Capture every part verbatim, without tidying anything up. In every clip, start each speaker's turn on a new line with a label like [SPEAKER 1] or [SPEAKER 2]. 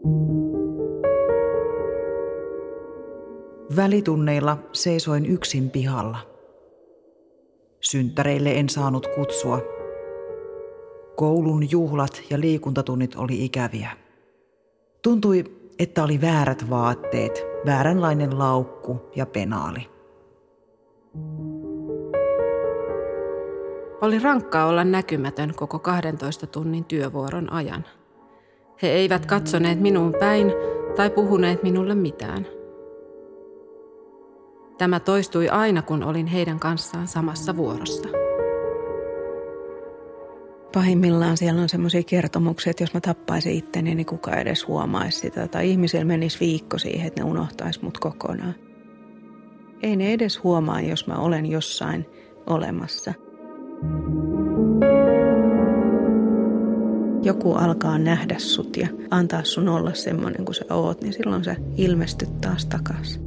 [SPEAKER 1] Välitunneilla seisoin yksin pihalla. Synttäreille en saanut kutsua. Koulun juhlat ja liikuntatunnit oli ikäviä. Tuntui, että oli väärät vaatteet, vääränlainen laukku ja penaali.
[SPEAKER 2] Oli rankkaa olla näkymätön koko kahdentoista tunnin työvuoron ajan. He eivät katsoneet minuun päin tai puhuneet minulle mitään. Tämä toistui aina, kun olin heidän kanssaan samassa vuorossa.
[SPEAKER 3] Pahimmillaan siellä on semmoisia kertomuksia, että jos mä tappaisin itteni, niin kukaan edes huomaisi sitä. Tai ihmisillä menisi viikko siihen, että ne unohtaisi mut kokonaan. Ei ne edes huomaa, jos mä olen jossain olemassa. Joku alkaa nähdä sut ja antaa sun olla semmoinen kuin sä oot, niin silloin sä ilmestyt taas takaisin.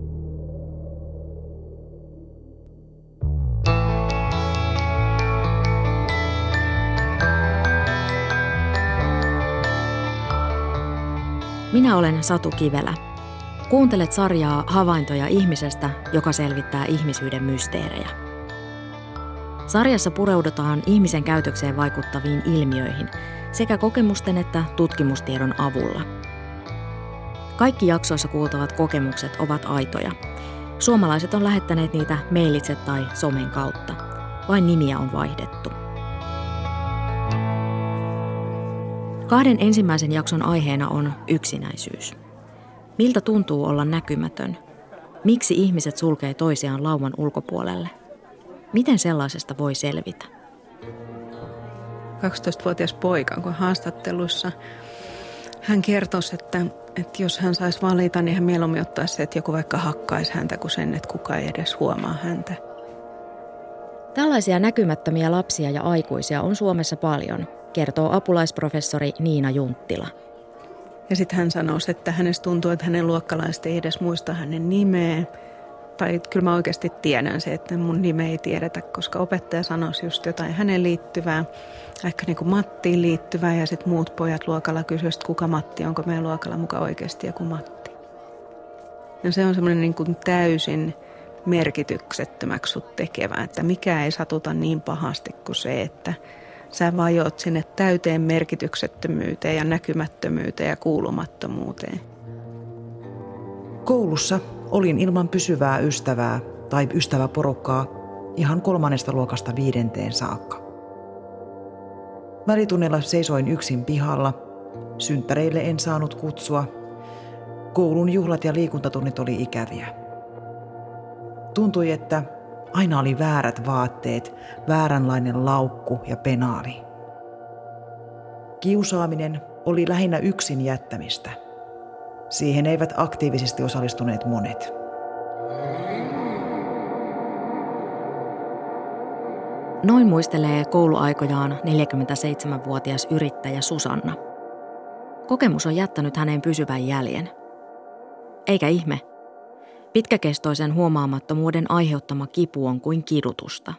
[SPEAKER 4] Minä olen Satu Kivelä. Kuuntelet sarjaa Havaintoja ihmisestä, joka selvittää ihmisyyden mysteerejä. Sarjassa pureudutaan ihmisen käytökseen vaikuttaviin ilmiöihin sekä kokemusten että tutkimustiedon avulla. Kaikki jaksoissa kuultavat kokemukset ovat aitoja. Suomalaiset on lähettäneet niitä mailitse tai somen kautta. Vain nimiä on vaihdettu. Kahden ensimmäisen jakson aiheena on yksinäisyys. Miltä tuntuu olla näkymätön? Miksi ihmiset sulkee toisiaan lauman ulkopuolelle? Miten sellaisesta voi selvitä?
[SPEAKER 3] kaksitoistavuotias poika, kun haastattelussa hän kertoi, että, että jos hän saisi valita, niin hän mieluummin ottaisi se, että joku vaikka hakkaisi häntä kuin sen, että kukaan ei edes huomaa häntä.
[SPEAKER 4] Tällaisia näkymättömiä lapsia ja aikuisia on Suomessa paljon, kertoo apulaisprofessori Niina Junttila.
[SPEAKER 3] Ja sitten hän sanoi, että hänestä tuntuu, että hänen luokkalaiset ei edes muista hänen nimeä. Tai kyllä mä oikeasti tiedän se, että mun nimeä ei tiedetä, koska opettaja sanoisi just jotain hänen liittyvää, ehkä niin kuin Mattiin liittyvää, ja sitten muut pojat luokalla kysyivät, että kuka Matti, onko meidän luokalla mukaan oikeasti joku Matti. Ja se on semmoinen niin kuin täysin merkityksettömäksi sut tekevä, että mikä ei satuta niin pahasti kuin se, että sä vajot sinne täyteen merkityksettömyyteen ja näkymättömyyteen ja kuulumattomuuteen.
[SPEAKER 1] Koulussa olin ilman pysyvää ystävää tai ystäväporukkaa ihan kolmannesta luokasta viidenteen saakka. Välitunnilla seisoin yksin pihalla, synttäreille en saanut kutsua, koulun juhlat ja liikuntatunnit oli ikäviä. Tuntui, että aina oli väärät vaatteet, vääränlainen laukku ja penaali. Kiusaaminen oli lähinnä yksin jättämistä. Siihen eivät aktiivisesti osallistuneet monet.
[SPEAKER 4] Noin muistelee kouluaikojaan neljäkymmentäseitsemänvuotias yrittäjä Susanna. Kokemus on jättänyt häneen pysyvän jäljen. Eikä ihme. Pitkäkestoisen huomaamattomuuden aiheuttama kipu on kuin kidutusta.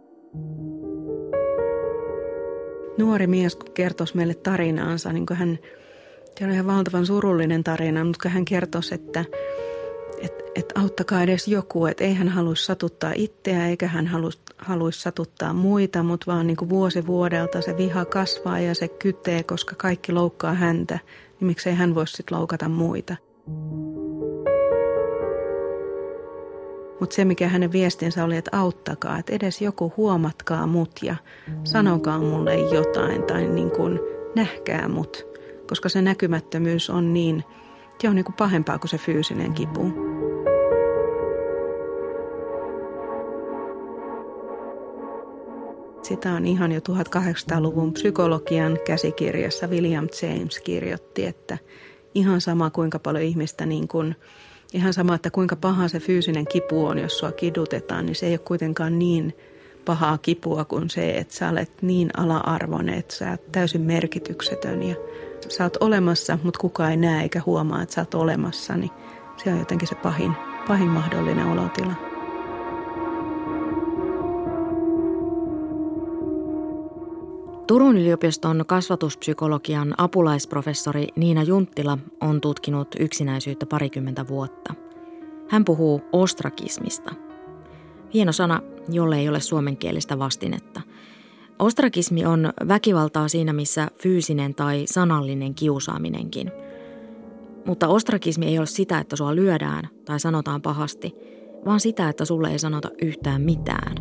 [SPEAKER 3] Nuori mies, kun kertoisi meille tarinaansa, niin kuin hän, se on ihan valtavan surullinen tarina, mutta kun hän kertoisi, että, että, että auttakaa edes joku, että ei hän haluaisi satuttaa itseä eikä hän haluaisi, haluaisi satuttaa muita, mutta vaan niin kuin vuosi vuodelta se viha kasvaa ja se kytee, koska kaikki loukkaa häntä, niin miksei hän voisi sitten loukata muita. Mutta se, mikä hänen viestinsä oli, että auttakaa, että edes joku huomatkaa mut ja sanokaa mulle jotain tai niin kuin nähkää mut. Koska se näkymättömyys on niin, se on niin kuin pahempaa kuin se fyysinen kipu. Sitä on ihan jo tuhatkahdeksansataaluvun psykologian käsikirjassa William James kirjoitti, että ihan sama kuinka paljon ihmistä niin kuin ihan sama, että kuinka paha se fyysinen kipu on, jos sua kidutetaan, niin se ei ole kuitenkaan niin pahaa kipua kuin se, että sä olet niin ala-arvoinen, että sä oot täysin merkityksetön ja sä oot olemassa, mutta kukaan ei näe eikä huomaa, että sä oot olemassa, niin se on jotenkin se pahin, pahin mahdollinen olotila.
[SPEAKER 4] Turun yliopiston kasvatuspsykologian apulaisprofessori Niina Junttila on tutkinut yksinäisyyttä parikymmentä vuotta. Hän puhuu ostrakismista. Hieno sana, jolle ei ole suomenkielistä vastinetta. Ostrakismi on väkivaltaa siinä, missä fyysinen tai sanallinen kiusaaminenkin. Mutta ostrakismi ei ole sitä, että sua lyödään tai sanotaan pahasti, vaan sitä, että sulle ei sanota yhtään mitään.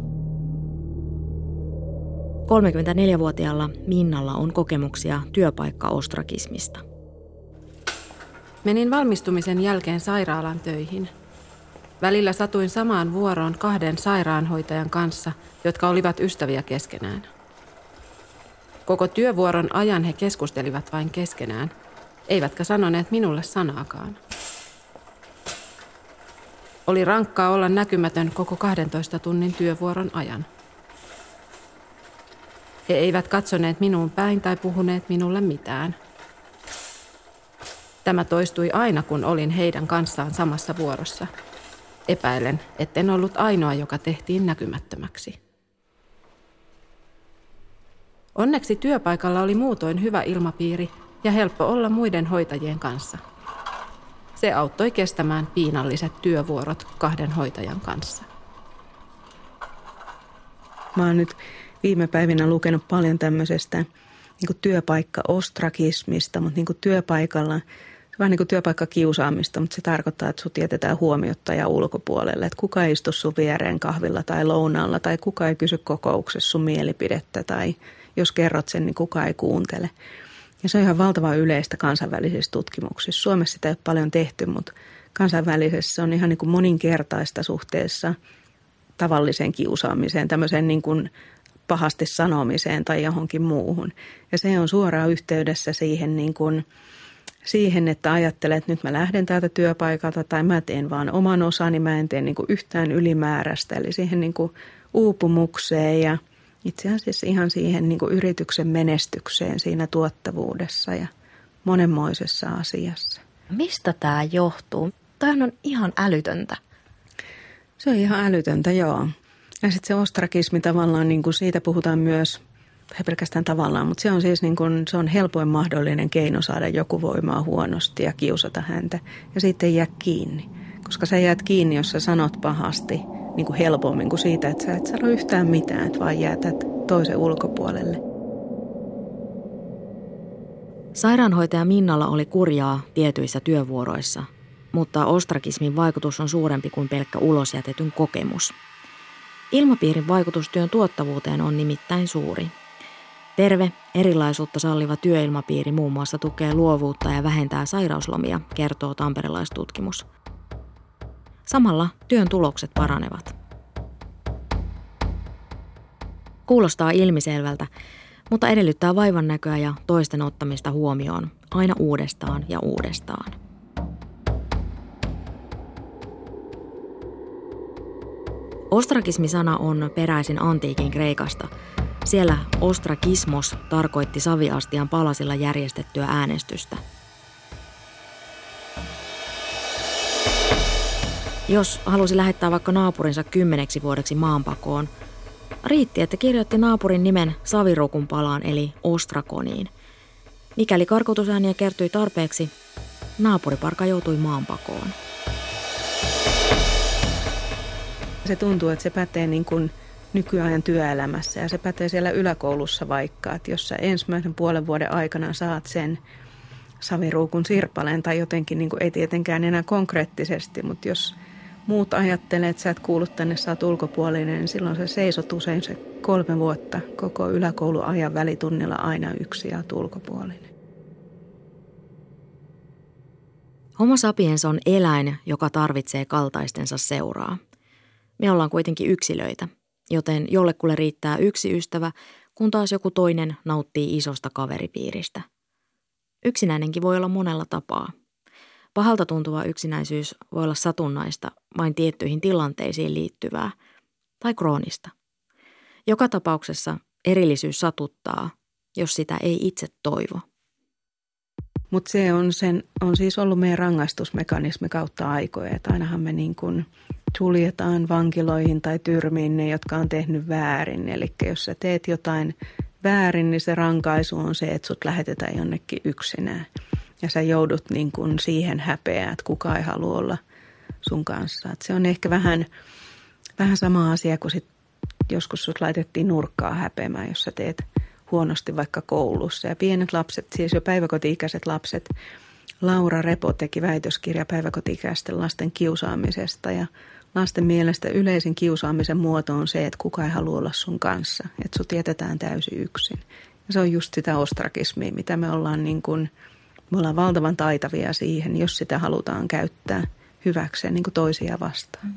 [SPEAKER 4] kolmekymmentäneljävuotiaalla Minnalla on kokemuksia työpaikka-ostrakismista.
[SPEAKER 2] Menin valmistumisen jälkeen sairaalan töihin. Välillä satuin samaan vuoroon kahden sairaanhoitajan kanssa, jotka olivat ystäviä keskenään. Koko työvuoron ajan he keskustelivat vain keskenään, eivätkä sanoneet minulle sanaakaan. Oli rankkaa olla näkymätön koko kahdentoista tunnin työvuoron ajan. He eivät katsoneet minuun päin tai puhuneet minulle mitään. Tämä toistui aina, kun olin heidän kanssaan samassa vuorossa. Epäilen, etten ollut ainoa, joka tehtiin näkymättömäksi. Onneksi työpaikalla oli muutoin hyvä ilmapiiri ja helppo olla muiden hoitajien kanssa. Se auttoi kestämään piinalliset työvuorot kahden hoitajan kanssa.
[SPEAKER 3] Mä oon nyt viime päivinä lukenut paljon tämmöisestä niin kuin työpaikka-ostrakismista, mutta niin kuin työpaikalla, vähän niin kuin työpaikkakiusaamista, mutta se tarkoittaa, että sut jätetään huomiotta ja ulkopuolelle. Että kuka ei istu sun viereen kahvilla tai lounaalla tai kuka ei kysy kokouksessa sun mielipidettä tai jos kerrot sen, niin kuka ei kuuntele. Ja se on ihan valtavan yleistä kansainvälisissä tutkimuksissa. Suomessa sitä ei ole paljon tehty, mutta kansainvälisessä se on ihan niin kuin moninkertaista suhteessa tavalliseen kiusaamiseen, tämmöiseen niin kuin pahasti sanomiseen tai johonkin muuhun. Ja se on suoraan yhteydessä siihen, niin kuin, siihen, että ajattelet, että nyt mä lähden täältä työpaikalta tai mä teen vaan oman osani, mä en tee niin kuin yhtään ylimääräistä. Eli siihen niin kuin uupumukseen ja itse asiassa ihan siihen niin kuin yrityksen menestykseen siinä tuottavuudessa ja monenmoisessa asiassa.
[SPEAKER 5] Mistä tämä johtuu? Toihan on ihan älytöntä.
[SPEAKER 3] Se on ihan älytöntä, joo. Ja sitten se ostrakismi tavallaan, niin kuin siitä puhutaan myös, ei pelkästään tavallaan, mutta se on siis niin kuin, se on helpoin mahdollinen keino saada joku voimaa huonosti ja kiusata häntä. Ja siitä ei jää kiinni, koska sä jäät kiinni, jos sä sanot pahasti niin kuin helpommin kuin siitä, että sä et sano yhtään mitään, että vaan jätät toisen ulkopuolelle.
[SPEAKER 4] Sairaanhoitaja Minnalla oli kurjaa tietyissä työvuoroissa, mutta ostrakismin vaikutus on suurempi kuin pelkkä ulosjätetyn kokemus. Ilmapiirin vaikutus työn tuottavuuteen on nimittäin suuri. Terve, erilaisuutta salliva työilmapiiri muun muassa tukee luovuutta ja vähentää sairauslomia, kertoo tamperelaistutkimus. Samalla työn tulokset paranevat. Kuulostaa ilmiselvältä, mutta edellyttää vaivannäköä ja toisten ottamista huomioon aina uudestaan ja uudestaan. Ostrakismi-sana on peräisin antiikin Kreikasta. Siellä ostrakismos tarkoitti saviastian palasilla järjestettyä äänestystä. Jos halusi lähettää vaikka naapurinsa kymmeneksi vuodeksi maanpakoon, riitti, että kirjoitti naapurin nimen saviruukun palaan eli ostrakoniin. Mikäli karkotusääniä kertyi tarpeeksi, naapuriparka joutui maanpakoon.
[SPEAKER 3] Se tuntuu, että se pätee niin kuin nykyajan työelämässä ja se pätee siellä yläkoulussa vaikka, että jos sä ensimmäisen puolen vuoden aikana saat sen saviruukun sirpaleen tai jotenkin, niin kuin ei tietenkään enää konkreettisesti, mutta jos muut ajattelee, että sä et kuulu tänne, sä oot ulkopuolinen, niin silloin sä seisot usein se kolme vuotta koko yläkouluajan välitunnilla aina yksi ja oot ulkopuolinen.
[SPEAKER 4] Homo sapiens on eläin, joka tarvitsee kaltaistensa seuraa. Me ollaan kuitenkin yksilöitä, joten jollekulle riittää yksi ystävä, kun taas joku toinen nauttii isosta kaveripiiristä. Yksinäinenkin voi olla monella tapaa. Pahalta tuntuva yksinäisyys voi olla satunnaista, vain tiettyihin tilanteisiin liittyvää tai kroonista. Joka tapauksessa erillisyys satuttaa, jos sitä ei itse toivo.
[SPEAKER 3] Mutta se on, sen, on siis ollut meidän rangaistusmekanismi kautta aikoja, että ainahan me niin kuin suljetaan vankiloihin tai tyrmiin ne, jotka on tehnyt väärin. Eli jos sä teet jotain väärin, niin se rankaisu on se, että sut lähetetään jonnekin yksinään. Ja sä joudut niin kuin siihen häpeään, että kukaan ei halua olla sun kanssa. Et se on ehkä vähän, vähän sama asia kuin sit joskus sut laitettiin nurkkaa häpeämään, jos sä teet huonosti vaikka koulussa. Ja pienet lapset, siis jo päiväkoti-ikäiset lapset, Laura Repo teki väitöskirja päiväkoti-ikäisten lasten kiusaamisesta ja lasten mielestä yleisin kiusaamisen muoto on se, että kukaan ei halua olla sun kanssa, että sut jätetään täysin yksin. Ja se on just sitä ostrakismia, mitä me ollaan niin kuin, me ollaan valtavan taitavia siihen, jos sitä halutaan käyttää hyväkseen niin kuin toisia vastaan.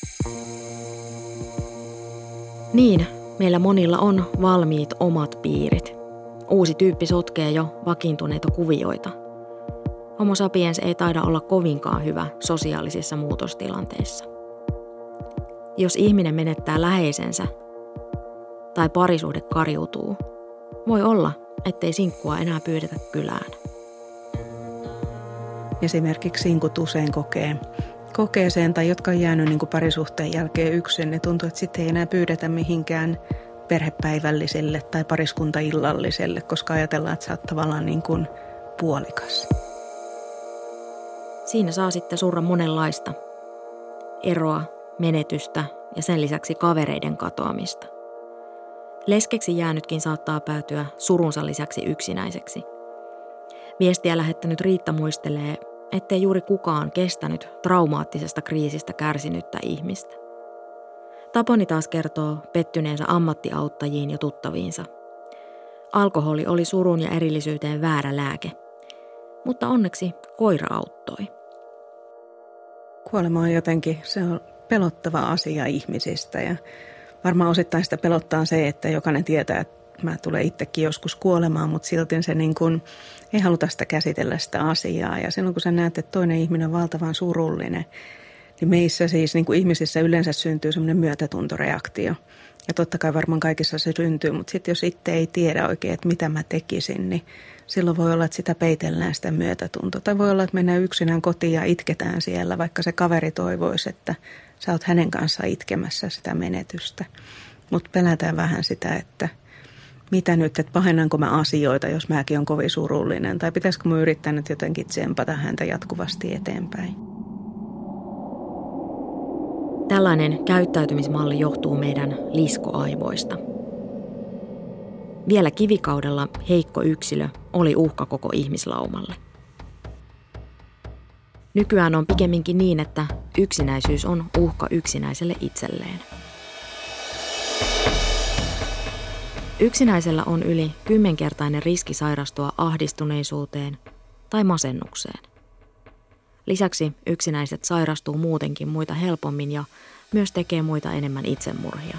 [SPEAKER 4] Niin, meillä monilla on valmiit omat piirit. Uusi tyyppi sotkee jo vakiintuneita kuvioita. Homo sapiens ei taida olla kovinkaan hyvä sosiaalisissa muutostilanteissa. Jos ihminen menettää läheisensä tai parisuhde kariutuu, voi olla, ettei sinkkua enää pyydetä kylään.
[SPEAKER 3] Esimerkiksi sinkut usein kokee, kokee sen, tai jotka on jäänyt niin kuin parisuhteen jälkeen yksin, niin tuntuu, että sitten ei enää pyydetä mihinkään perhepäivälliselle tai pariskuntaillalliselle, koska ajatellaan, että sä oot tavallaan niin kuin puolikas.
[SPEAKER 4] Siinä saa sitten surra monenlaista. Eroa, menetystä ja sen lisäksi kavereiden katoamista. Leskeksi jäänytkin saattaa päätyä surunsa lisäksi yksinäiseksi. Viestiä lähettänyt Riitta muistelee, ettei juuri kukaan kestänyt traumaattisesta kriisistä kärsinyttä ihmistä. Tapani taas kertoo pettyneensä ammattiauttajiin ja tuttaviinsa. Alkoholi oli surun ja erillisyyteen väärä lääke, mutta onneksi koira auttoi.
[SPEAKER 3] Kuolema on jotenkin, se on pelottava asia ihmisistä ja varmaan osittain sitä pelottaa se, että jokainen tietää, että mä tulen itsekin joskus kuolemaan, mutta silti se niin kuin, ei haluta sitä käsitellä sitä asiaa. Ja silloin kun sä näet, että toinen ihminen on valtavan surullinen, niin meissä siis niin kuin ihmisissä yleensä syntyy semmoinen myötätuntoreaktio. Ja totta kai varmaan kaikissa se syntyy, mutta sitten jos itse ei tiedä oikein, että mitä mä tekisin, niin silloin voi olla, että sitä peitellään sitä myötätuntoa. Tai voi olla, että mennään yksinään kotiin ja itketään siellä, vaikka se kaveri toivoisi, että sä oot hänen kanssaan itkemässä sitä menetystä. Mutta pelätään vähän sitä, että mitä nyt, että pahennanko mä asioita, jos mäkin on kovin surullinen. Tai pitäisikö mä yrittää nyt jotenkin tsempata häntä jatkuvasti eteenpäin.
[SPEAKER 4] Tällainen käyttäytymismalli johtuu meidän liskoaivoista. Vielä kivikaudella heikko yksilö oli uhka koko ihmislaumalle. Nykyään on pikemminkin niin, että yksinäisyys on uhka yksinäiselle itselleen. Yksinäisellä on yli kymmenkertainen riski sairastua ahdistuneisuuteen tai masennukseen. Lisäksi yksinäiset sairastuu muutenkin muita helpommin ja myös tekee muita enemmän itsemurhia.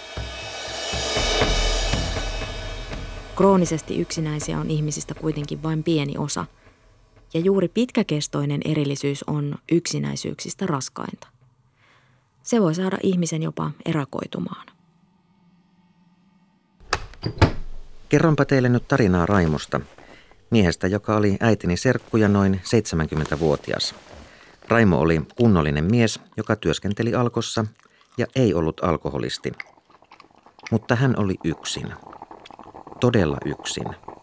[SPEAKER 4] Kroonisesti yksinäisiä on ihmisistä kuitenkin vain pieni osa, ja juuri pitkäkestoinen erillisyys on yksinäisyyksistä raskainta. Se voi saada ihmisen jopa erakoitumaan.
[SPEAKER 6] Kerronpa teille nyt tarinaa Raimosta, miehestä, joka oli äitini serkku ja noin seitsemänkymmentävuotias. Raimo oli kunnollinen mies, joka työskenteli Alkossa ja ei ollut alkoholisti. Mutta hän oli yksin. Todella yksin.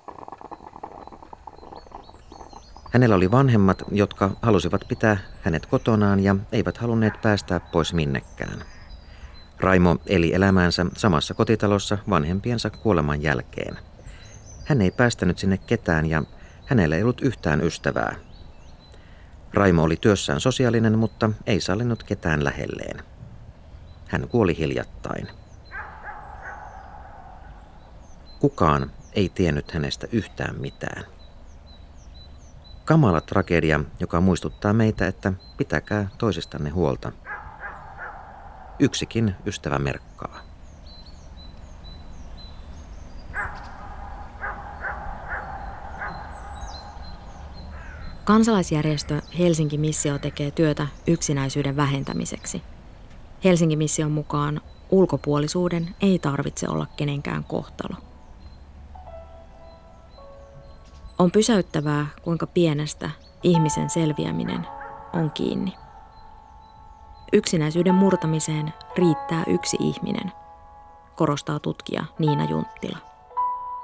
[SPEAKER 6] Hänellä oli vanhemmat, jotka halusivat pitää hänet kotonaan ja eivät halunneet päästää pois minnekään. Raimo eli elämäänsä samassa kotitalossa vanhempiensa kuoleman jälkeen. Hän ei päästänyt sinne ketään ja hänellä ei ollut yhtään ystävää. Raimo oli työssään sosiaalinen, mutta ei sallinut ketään lähelleen. Hän kuoli hiljattain. Kukaan ei tiennyt hänestä yhtään mitään. Kamala tragedia, joka muistuttaa meitä, että pitäkää toisistanne huolta. Yksikin ystävä merkkaa.
[SPEAKER 4] Kansalaisjärjestö Helsingin Missio tekee työtä yksinäisyyden vähentämiseksi. Helsingin Mission mukaan ulkopuolisuuden ei tarvitse olla kenenkään kohtalo. On pysäyttävää, kuinka pienestä ihmisen selviäminen on kiinni. Yksinäisyyden murtamiseen riittää yksi ihminen, korostaa tutkija Niina Junttila.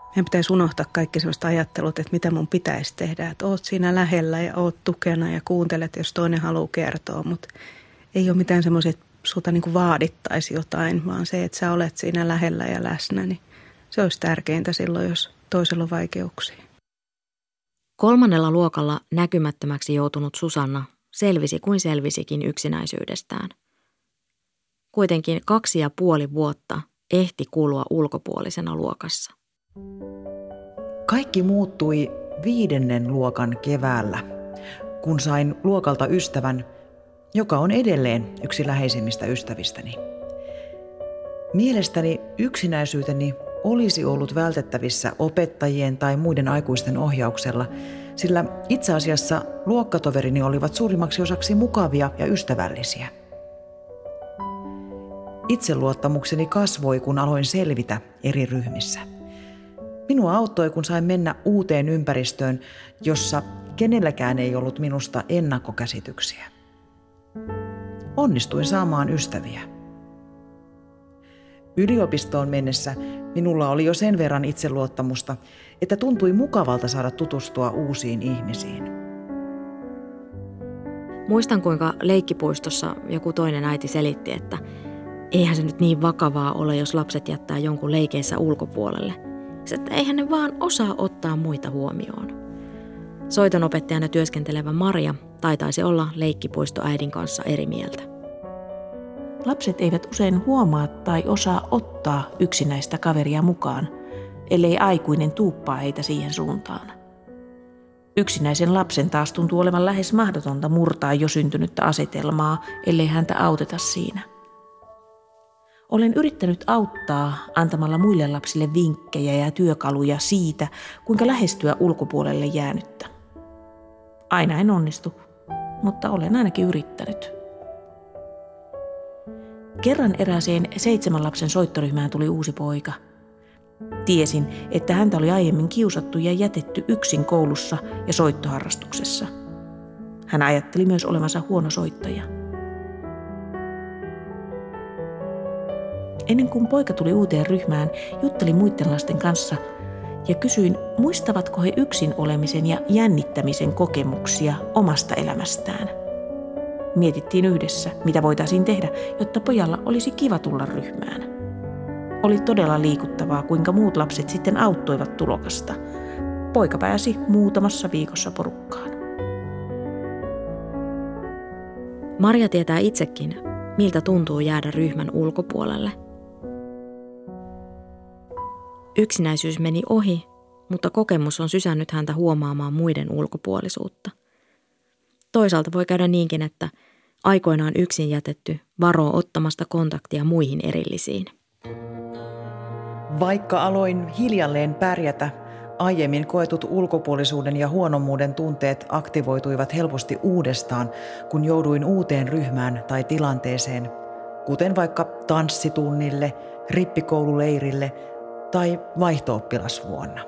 [SPEAKER 3] Meidän pitäisi unohtaa kaikki sellaiset ajattelut, että mitä mun pitäisi tehdä. Että oot siinä lähellä ja oot tukena ja kuuntelet, jos toinen haluaa kertoa. Mutta ei ole mitään semmoisia, että sulta niin kuin vaadittaisi jotain, vaan se, että sä olet siinä lähellä ja läsnä, niin se olisi tärkeintä silloin, jos toisella on vaikeuksia.
[SPEAKER 4] Kolmannella luokalla näkymättömäksi joutunut Susanna selvisi kuin selvisikin yksinäisyydestään. Kuitenkin kaksi ja puoli vuotta ehti kulua ulkopuolisena luokassa.
[SPEAKER 1] Kaikki muuttui viidennen luokan keväällä, kun sain luokalta ystävän, joka on edelleen yksi läheisimmistä ystävistäni. Mielestäni yksinäisyyteni olisi ollut vältettävissä opettajien tai muiden aikuisten ohjauksella, sillä itse asiassa luokkatoverini olivat suurimmaksi osaksi mukavia ja ystävällisiä. Itseluottamukseni kasvoi, kun aloin selvitä eri ryhmissä. Minua auttoi, kun sain mennä uuteen ympäristöön, jossa kenelläkään ei ollut minusta ennakkokäsityksiä. Onnistuin saamaan ystäviä. Yliopistoon mennessä minulla oli jo sen verran itseluottamusta, että tuntui mukavalta saada tutustua uusiin ihmisiin.
[SPEAKER 4] Muistan, kuinka leikkipuistossa joku toinen äiti selitti, että eihän se nyt niin vakavaa ole, jos lapset jättää jonkun leikeissä ulkopuolelle. Se, että eihän ne vaan osaa ottaa muita huomioon. Soitonopettajana työskentelevä Maria taitaisi olla leikkipuistoäidin kanssa eri mieltä.
[SPEAKER 7] Lapset eivät usein huomaa tai osaa ottaa yksinäistä kaveria mukaan, ellei aikuinen tuuppaa heitä siihen suuntaan. Yksinäisen lapsen taas tuntuu olevan lähes mahdotonta murtaa jo syntynyttä asetelmaa, ellei häntä auteta siinä. Olen yrittänyt auttaa antamalla muille lapsille vinkkejä ja työkaluja siitä, kuinka lähestyä ulkopuolelle jäänyttä. Aina en onnistu, mutta olen ainakin yrittänyt. Kerran erääseen seitsemän lapsen soittoryhmään tuli uusi poika. Tiesin, että häntä oli aiemmin kiusattu ja jätetty yksin koulussa ja soittoharrastuksessa. Hän ajatteli myös olevansa huono soittaja. Ennen kuin poika tuli uuteen ryhmään, juttelin muiden lasten kanssa ja kysyin, muistavatko he yksin olemisen ja jännittämisen kokemuksia omasta elämästään. Mietittiin yhdessä, mitä voitaisiin tehdä, jotta pojalla olisi kiva tulla ryhmään. Oli todella liikuttavaa, kuinka muut lapset sitten auttoivat tulokasta. Poika pääsi muutamassa viikossa porukkaan.
[SPEAKER 4] Maria tietää itsekin, miltä tuntuu jäädä ryhmän ulkopuolelle. Yksinäisyys meni ohi, mutta kokemus on sysännyt häntä huomaamaan muiden ulkopuolisuutta. Toisaalta voi käydä niinkin, että aikoinaan yksin jätetty varoo ottamasta kontaktia muihin erillisiin.
[SPEAKER 1] Vaikka aloin hiljalleen pärjätä, aiemmin koetut ulkopuolisuuden ja huonommuuden tunteet aktivoituivat helposti uudestaan, kun jouduin uuteen ryhmään tai tilanteeseen, kuten vaikka tanssitunnille, rippikoululeirille tai vaihto-oppilasvuonna.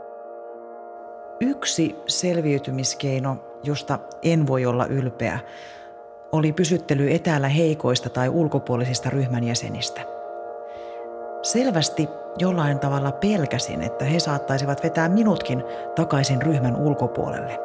[SPEAKER 1] Yksi selviytymiskeino, josta en voi olla ylpeä, oli pysyttely etäällä heikoista tai ulkopuolisista ryhmän jäsenistä. Selvästi jollain tavalla pelkäsin, että he saattaisivat vetää minutkin takaisin ryhmän ulkopuolelle.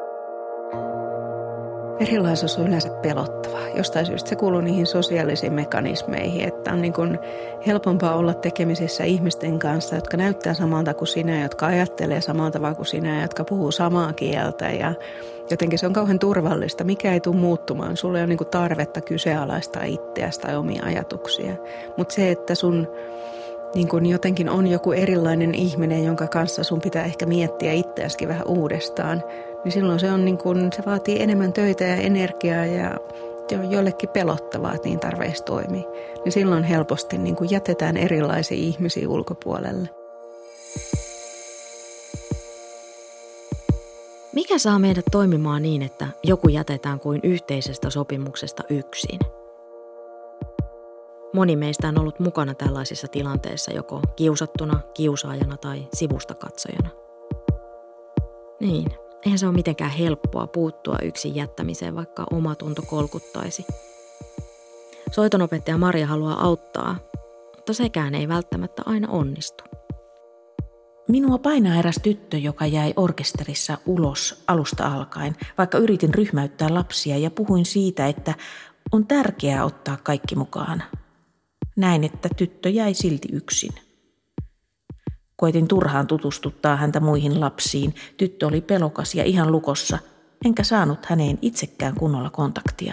[SPEAKER 3] Erilaisuus on yleensä pelottavaa. Jostain syystä se kuuluu niihin sosiaalisiin mekanismeihin, että on niin kuin helpompaa olla tekemisissä ihmisten kanssa, jotka näyttää samalta kuin sinä, jotka ajattelee samalta tavalla kuin sinä, jotka puhuu samaa kieltä. Ja jotenkin se on kauhean turvallista. Mikä ei tule muuttumaan. Sulla ei ole niin kuin tarvetta kyseenalaistaa itseäsi tai omia ajatuksia. Mutta se, että sun niin kun jotenkin on joku erilainen ihminen, jonka kanssa sun pitää ehkä miettiä itseäskin vähän uudestaan, niin silloin se, on niin kun, se vaatii enemmän töitä ja energiaa ja joillekin pelottavaa, että niin tarvitsisi toimia. Niin silloin helposti niin kun jätetään erilaisia ihmisiä ulkopuolelle.
[SPEAKER 4] Mikä saa meidät toimimaan niin, että joku jätetään kuin yhteisestä sopimuksesta yksin? Moni meistä on ollut mukana tällaisissa tilanteissa joko kiusattuna, kiusaajana tai sivusta katsojana. Niin, eihän se ole mitenkään helppoa puuttua yksin jättämiseen, vaikka omatunto kolkuttaisi. Soitonopettaja Maria haluaa auttaa, mutta sekään ei välttämättä aina onnistu.
[SPEAKER 7] Minua painaa eräs tyttö, joka jäi orkesterissa ulos alusta alkaen, vaikka yritin ryhmäyttää lapsia ja puhuin siitä, että on tärkeää ottaa kaikki mukaan. Näin, että tyttö jäi silti yksin. Koitin turhaan tutustuttaa häntä muihin lapsiin. Tyttö oli pelokas ja ihan lukossa, enkä saanut häneen itsekään kunnolla kontaktia.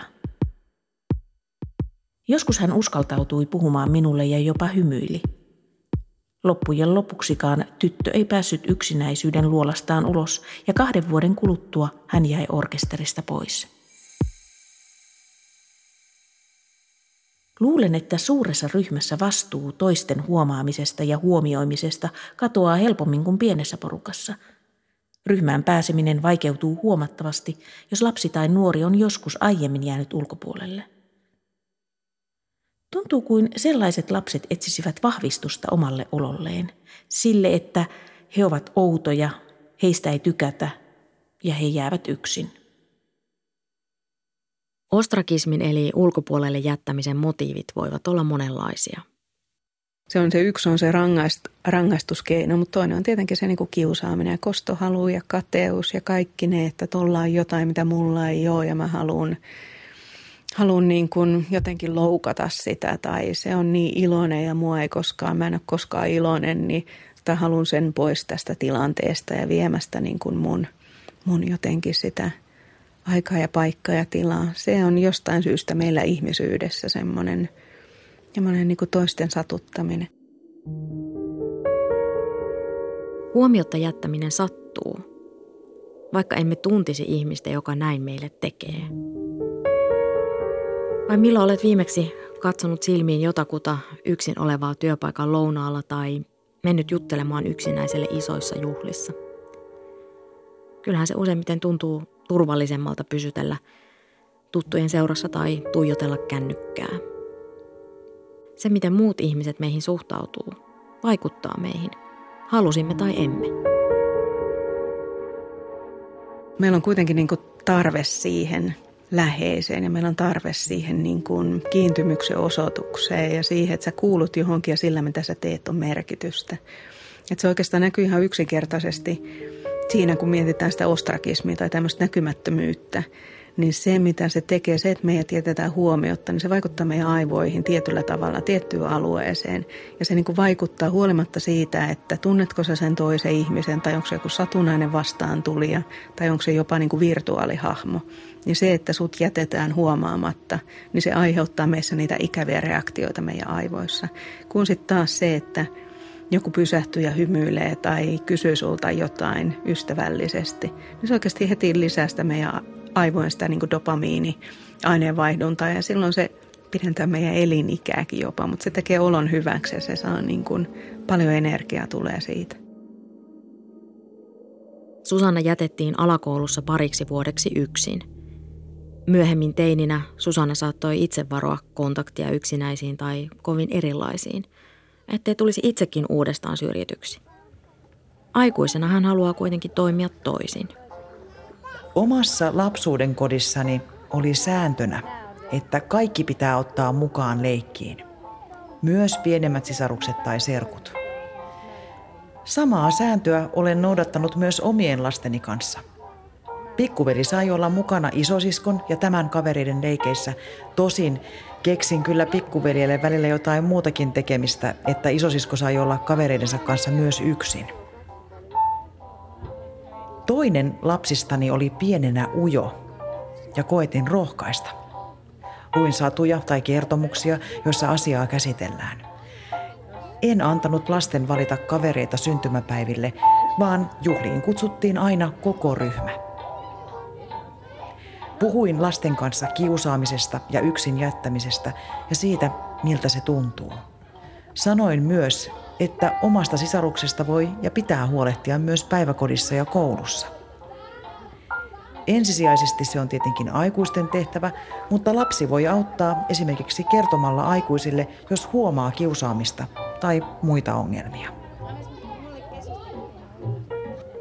[SPEAKER 7] Joskus hän uskaltautui puhumaan minulle ja jopa hymyili. Loppujen lopuksikaan tyttö ei päässyt yksinäisyyden luolastaan ulos ja kahden vuoden kuluttua hän jäi orkesterista pois. Luulen, että suuressa ryhmässä vastuu toisten huomaamisesta ja huomioimisesta katoaa helpommin kuin pienessä porukassa. Ryhmään pääseminen vaikeutuu huomattavasti, jos lapsi tai nuori on joskus aiemmin jäänyt ulkopuolelle. Tuntuu kuin sellaiset lapset etsisivät vahvistusta omalle ololleen, sille, että he ovat outoja, heistä ei tykätä ja he jäävät yksin.
[SPEAKER 4] Ostrakismin eli ulkopuolelle jättämisen motiivit voivat olla monenlaisia.
[SPEAKER 3] Se on se yksi on se rangaist, rangaistuskeino, mutta toinen on tietenkin se niin kuin kiusaaminen ja kostohalu ja kateus ja kaikki ne, että tuolla on jotain, mitä mulla ei ole ja mä haluan, haluan niin kuin jotenkin loukata sitä tai se on niin iloinen ja mua ei koskaan, mä en ole koskaan iloinen, niin tai haluan sen pois tästä tilanteesta ja viemästä niin kuin mun, mun jotenkin sitä aikaa ja paikkaa ja tilaa. Se on jostain syystä meillä ihmisyydessä semmoinen, semmoinen niin kuin toisten satuttaminen.
[SPEAKER 4] Huomiotta jättäminen sattuu, vaikka emme tuntisi ihmistä, joka näin meille tekee. Vai milloin olet viimeksi katsonut silmiin jotakuta yksin olevaa työpaikan lounaalla tai mennyt juttelemaan yksinäiselle isoissa juhlissa? Kyllähän se useimmiten tuntuu turvallisemmalta pysytellä tuttujen seurassa tai tuijotella kännykkää. Se, miten muut ihmiset meihin suhtautuu, vaikuttaa meihin, halusimme tai emme.
[SPEAKER 3] Meillä on kuitenkin niin kuin tarve siihen läheiseen ja meillä on tarve siihen niin kuin kiintymyksen osoitukseen ja siihen, että sä kuulut johonkin ja sillä, mitä sä teet, on merkitystä. Että se oikeastaan näkyy ihan yksinkertaisesti siinä, kun mietitään sitä ostrakismia tai tämmöistä näkymättömyyttä, niin se, mitä se tekee, se, että meidät jätetään huomiotta, niin se vaikuttaa meidän aivoihin tietyllä tavalla, tiettyyn alueeseen. Ja se niin kuin vaikuttaa huolimatta siitä, että tunnetko sä sen toisen ihmisen, tai onko se joku satunnainen vastaantulija, tai onko se jopa niin kuin virtuaalihahmo. Niin se, että sut jätetään huomaamatta, niin se aiheuttaa meissä niitä ikäviä reaktioita meidän aivoissa. Kun sitten taas se, että joku pysähtyy ja hymyilee tai kysyy sulta jotain ystävällisesti, niin se oikeasti heti lisää sitä meidän aivojen sitä niin kuin dopamiini-aineenvaihduntaa ja silloin se pidentää meidän elinikääkin jopa, mutta se tekee olon hyväksi ja se saa niin kuin, paljon energiaa tulee siitä.
[SPEAKER 4] Susanna jätettiin alakoulussa pariksi vuodeksi yksin. Myöhemmin teininä Susanna saattoi itse varoa kontaktia yksinäisiin tai kovin erilaisiin, ettei tulisi itsekin uudestaan syrjityksi. Aikuisena hän haluaa kuitenkin toimia toisin.
[SPEAKER 1] Omassa lapsuuden kodissani oli sääntönä, että kaikki pitää ottaa mukaan leikkiin. Myös pienemmät sisarukset tai serkut. Samaa sääntöä olen noudattanut myös omien lasteni kanssa. Pikkuveli sai olla mukana isosiskon ja tämän kavereiden leikeissä. Tosin keksin kyllä pikkuveljelle välillä jotain muutakin tekemistä, että isosisko sai olla kavereidensa kanssa myös yksin. Toinen lapsistani oli pienenä ujo ja koetin rohkaista. Luin satuja tai kertomuksia, joissa asiaa käsitellään. En antanut lasten valita kavereita syntymäpäiville, vaan juhliin kutsuttiin aina koko ryhmä. Puhuin lasten kanssa kiusaamisesta ja yksin jättämisestä ja siitä, miltä se tuntuu. Sanoin myös, että omasta sisaruksesta voi ja pitää huolehtia myös päiväkodissa ja koulussa. Ensisijaisesti se on tietenkin aikuisten tehtävä, mutta lapsi voi auttaa esimerkiksi kertomalla aikuisille, jos huomaa kiusaamista tai muita ongelmia.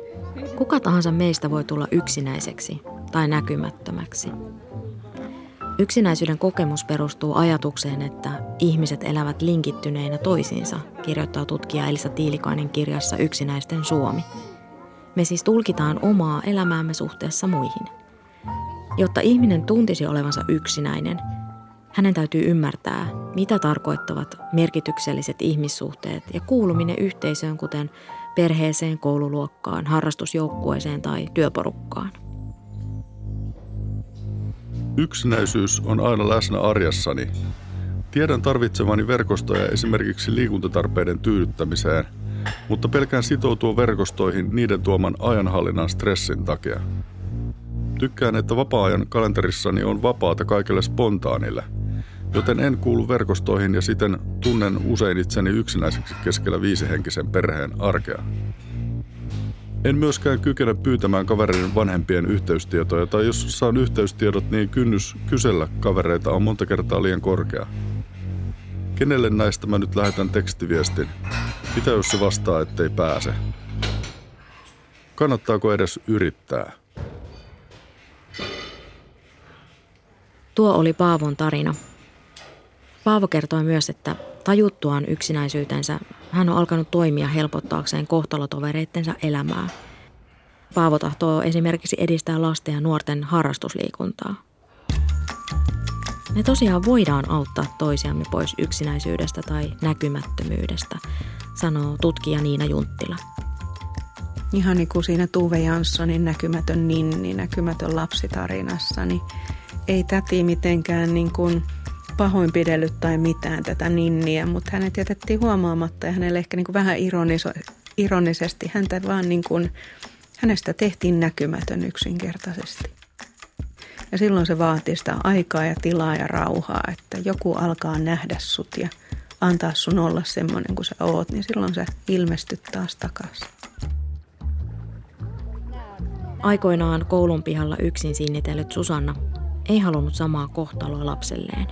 [SPEAKER 4] Kuka tahansa meistä voi tulla yksinäiseksi tai näkymättömäksi. Yksinäisyyden kokemus perustuu ajatukseen, että ihmiset elävät linkittyneinä toisiinsa, kirjoittaa tutkija Elisa Tiilikainen kirjassa Yksinäisten Suomi. Me siis tulkitaan omaa elämäämme suhteessa muihin. Jotta ihminen tuntisi olevansa yksinäinen, hänen täytyy ymmärtää, mitä tarkoittavat merkitykselliset ihmissuhteet ja kuuluminen yhteisöön, kuten perheeseen, koululuokkaan, harrastusjoukkueeseen tai työporukkaan.
[SPEAKER 8] Yksinäisyys on aina läsnä arjessani. Tiedän tarvitsevani verkostoja esimerkiksi liikuntatarpeiden tyydyttämiseen, mutta pelkään sitoutua verkostoihin niiden tuoman ajanhallinnan stressin takia. Tykkään, että vapaa-ajan kalenterissani on vapaata kaikelle spontaanille, joten en kuulu verkostoihin ja siten tunnen usein itseni yksinäiseksi keskellä viisihenkisen perheen arkea. En myöskään kykene pyytämään kavereiden vanhempien yhteystietoja, tai jos saan yhteystiedot, niin kynnys kysellä kavereita on monta kertaa liian korkea. Kenelle näistä mä nyt lähetän tekstiviestin? Mitä jos se vastaa, ettei pääse? Kannattaako edes yrittää?
[SPEAKER 4] Tuo oli Paavon tarina. Paavo kertoi myös, että tajuttuaan yksinäisyytensä hän on alkanut toimia helpottaakseen kohtalotovereittensa elämää. Paavo tahtoo esimerkiksi edistää lasten ja nuorten harrastusliikuntaa. Me tosiaan voidaan auttaa toisiamme pois yksinäisyydestä tai näkymättömyydestä, sanoo tutkija Niina Junttila.
[SPEAKER 3] Ihan niin kuin siinä Tuve Janssonin näkymätön ninni, näkymätön lapsitarinassa, niin ei täti mitenkään niin kuin pahoinpidellyt tai mitään tätä ninniä, mutta hänet jätettiin huomaamatta ja hänelle ehkä niin kuin vähän ironiso- ironisesti häntä vaan niin kuin, hänestä tehtiin näkymätön yksinkertaisesti. Ja silloin se vaatii sitä aikaa ja tilaa ja rauhaa, että joku alkaa nähdä sut ja antaa sun olla semmoinen kuin sä oot, niin silloin sä ilmestyt taas takaisin.
[SPEAKER 4] Aikoinaan koulun pihalla yksin sinnitellyt Susanna ei halunnut samaa kohtaloa lapselleen.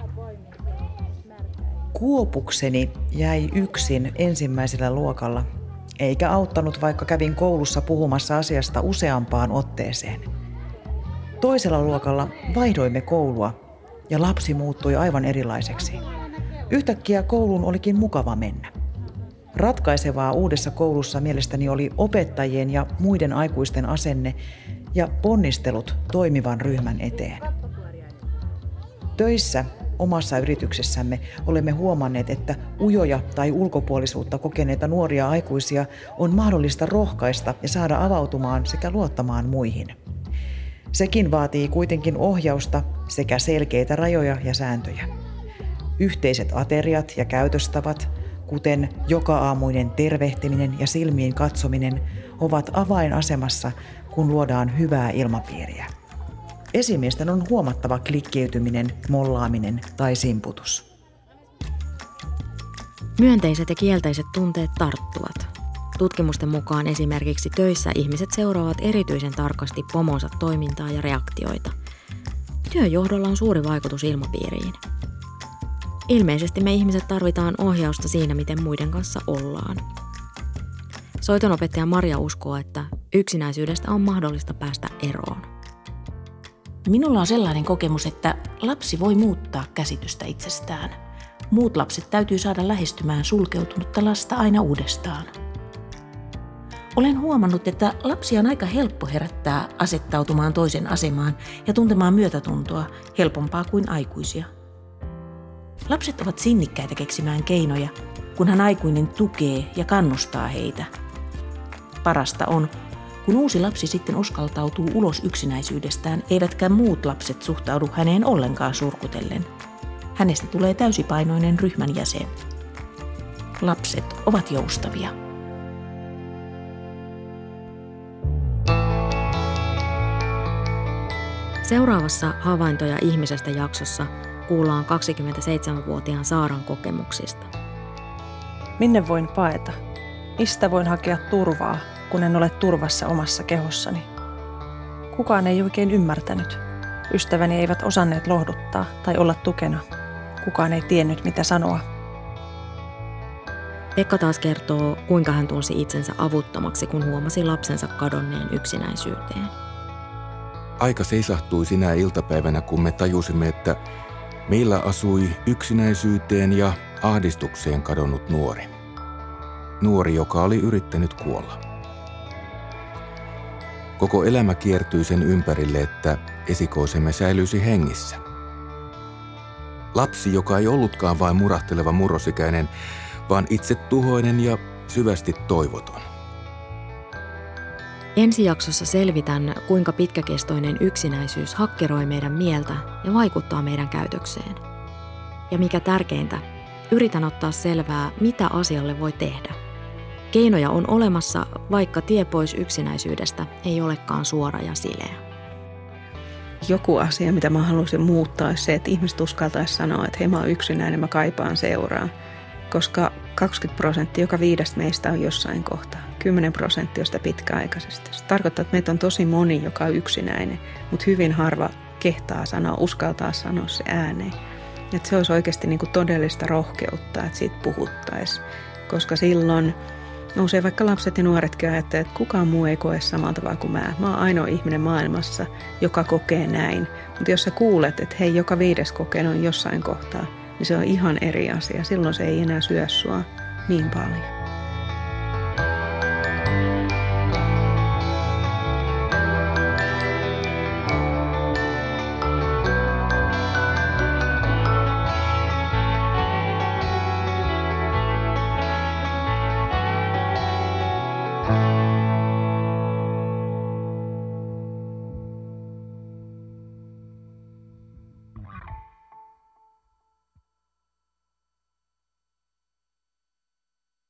[SPEAKER 1] Kuopukseni jäi yksin ensimmäisellä luokalla, eikä auttanut, vaikka kävin koulussa puhumassa asiasta useampaan otteeseen. Toisella luokalla vaihdoimme koulua ja lapsi muuttui aivan erilaiseksi. Yhtäkkiä kouluun olikin mukava mennä. Ratkaisevaa uudessa koulussa mielestäni oli opettajien ja muiden aikuisten asenne ja ponnistelut toimivan ryhmän eteen. Töissä omassa yrityksessämme olemme huomanneet, että ujoja tai ulkopuolisuutta kokeneita nuoria aikuisia on mahdollista rohkaista ja saada avautumaan sekä luottamaan muihin. Sekin vaatii kuitenkin ohjausta sekä selkeitä rajoja ja sääntöjä. Yhteiset ateriat ja käytöstavat, kuten joka-aamuinen tervehtiminen ja silmiin katsominen, ovat avainasemassa, kun luodaan hyvää ilmapiiriä. Esimiesten on huomattava klikkeytyminen, mollaaminen tai simputus.
[SPEAKER 4] Myönteiset ja kielteiset tunteet tarttuvat. Tutkimusten mukaan esimerkiksi töissä ihmiset seuraavat erityisen tarkasti pomonsa toimintaa ja reaktioita. Työjohdolla on suuri vaikutus ilmapiiriin. Ilmeisesti me ihmiset tarvitaan ohjausta siinä, miten muiden kanssa ollaan. Soitonopettaja Maria uskoo, että yksinäisyydestä on mahdollista päästä eroon.
[SPEAKER 7] Minulla on sellainen kokemus, että lapsi voi muuttaa käsitystä itsestään. Muut lapset täytyy saada lähestymään sulkeutunutta lasta aina uudestaan. Olen huomannut, että lapsia on aika helppo herättää asettautumaan toisen asemaan ja tuntemaan myötätuntoa helpompaa kuin aikuisia. Lapset ovat sinnikkäitä keksimään keinoja, kunhan aikuinen tukee ja kannustaa heitä. Parasta on, kun uusi lapsi sitten uskaltautuu ulos yksinäisyydestään, eivätkä muut lapset suhtaudu häneen ollenkaan surkutellen. Hänestä tulee täysipainoinen ryhmän jäsen. Lapset ovat joustavia.
[SPEAKER 4] Seuraavassa Havaintoja ihmisestä jaksossa kuullaan kaksikymmentäseitsemänvuotiaan Saaran kokemuksista.
[SPEAKER 9] Minne voin paeta? Mistä voin hakea turvaa, kun en ole turvassa omassa kehossani? Kukaan ei oikein ymmärtänyt. Ystäväni eivät osanneet lohduttaa tai olla tukena. Kukaan ei tiennyt, mitä sanoa.
[SPEAKER 4] Pekka taas kertoo, kuinka hän tunsi itsensä avuttomaksi, kun huomasi lapsensa kadonneen yksinäisyyteen.
[SPEAKER 10] Aika seisahtui sinä iltapäivänä, kun me tajusimme, että meillä asui yksinäisyyteen ja ahdistukseen kadonnut nuori. Nuori, joka oli yrittänyt kuolla. Koko elämä kiertyi sen ympärille, että esikoisemme säilyisi hengissä. Lapsi, joka ei ollutkaan vain murahteleva murrosikäinen, vaan itsetuhoinen ja syvästi toivoton.
[SPEAKER 4] Ensi jaksossa selvitän, kuinka pitkäkestoinen yksinäisyys hakkeroi meidän mieltä ja vaikuttaa meidän käytökseen. Ja mikä tärkeintä, yritän ottaa selvää, mitä asialle voi tehdä. Keinoja on olemassa, vaikka tie pois yksinäisyydestä ei olekaan suora ja sileä.
[SPEAKER 3] Joku asia, mitä mä haluaisin muuttaa, olisi se, että ihmiset uskaltaisi sanoa, että hei, mä oon yksinäinen, mä kaipaan seuraa. Koska kaksikymmentä prosenttia joka viidestä meistä on jossain kohtaa. kymmenen prosenttia on sitä pitkäaikaisesti. Se tarkoittaa, että meitä on tosi moni, joka on yksinäinen, mutta hyvin harva kehtaa sanoa, uskaltaa sanoa se ääneen. Että se olisi oikeasti niin kuin todellista rohkeutta, että siitä puhuttaisiin. Koska silloin nousee vaikka lapset ja nuoretkin ajattelevat, että kukaan muu ei koe samalla tavalla kuin mä. Mä oon ainoa ihminen maailmassa, joka kokee näin. Mutta jos sä kuulet, että hei, joka viides kokee on jossain kohtaa, niin se on ihan eri asia. Silloin se ei enää syö sua niin paljon.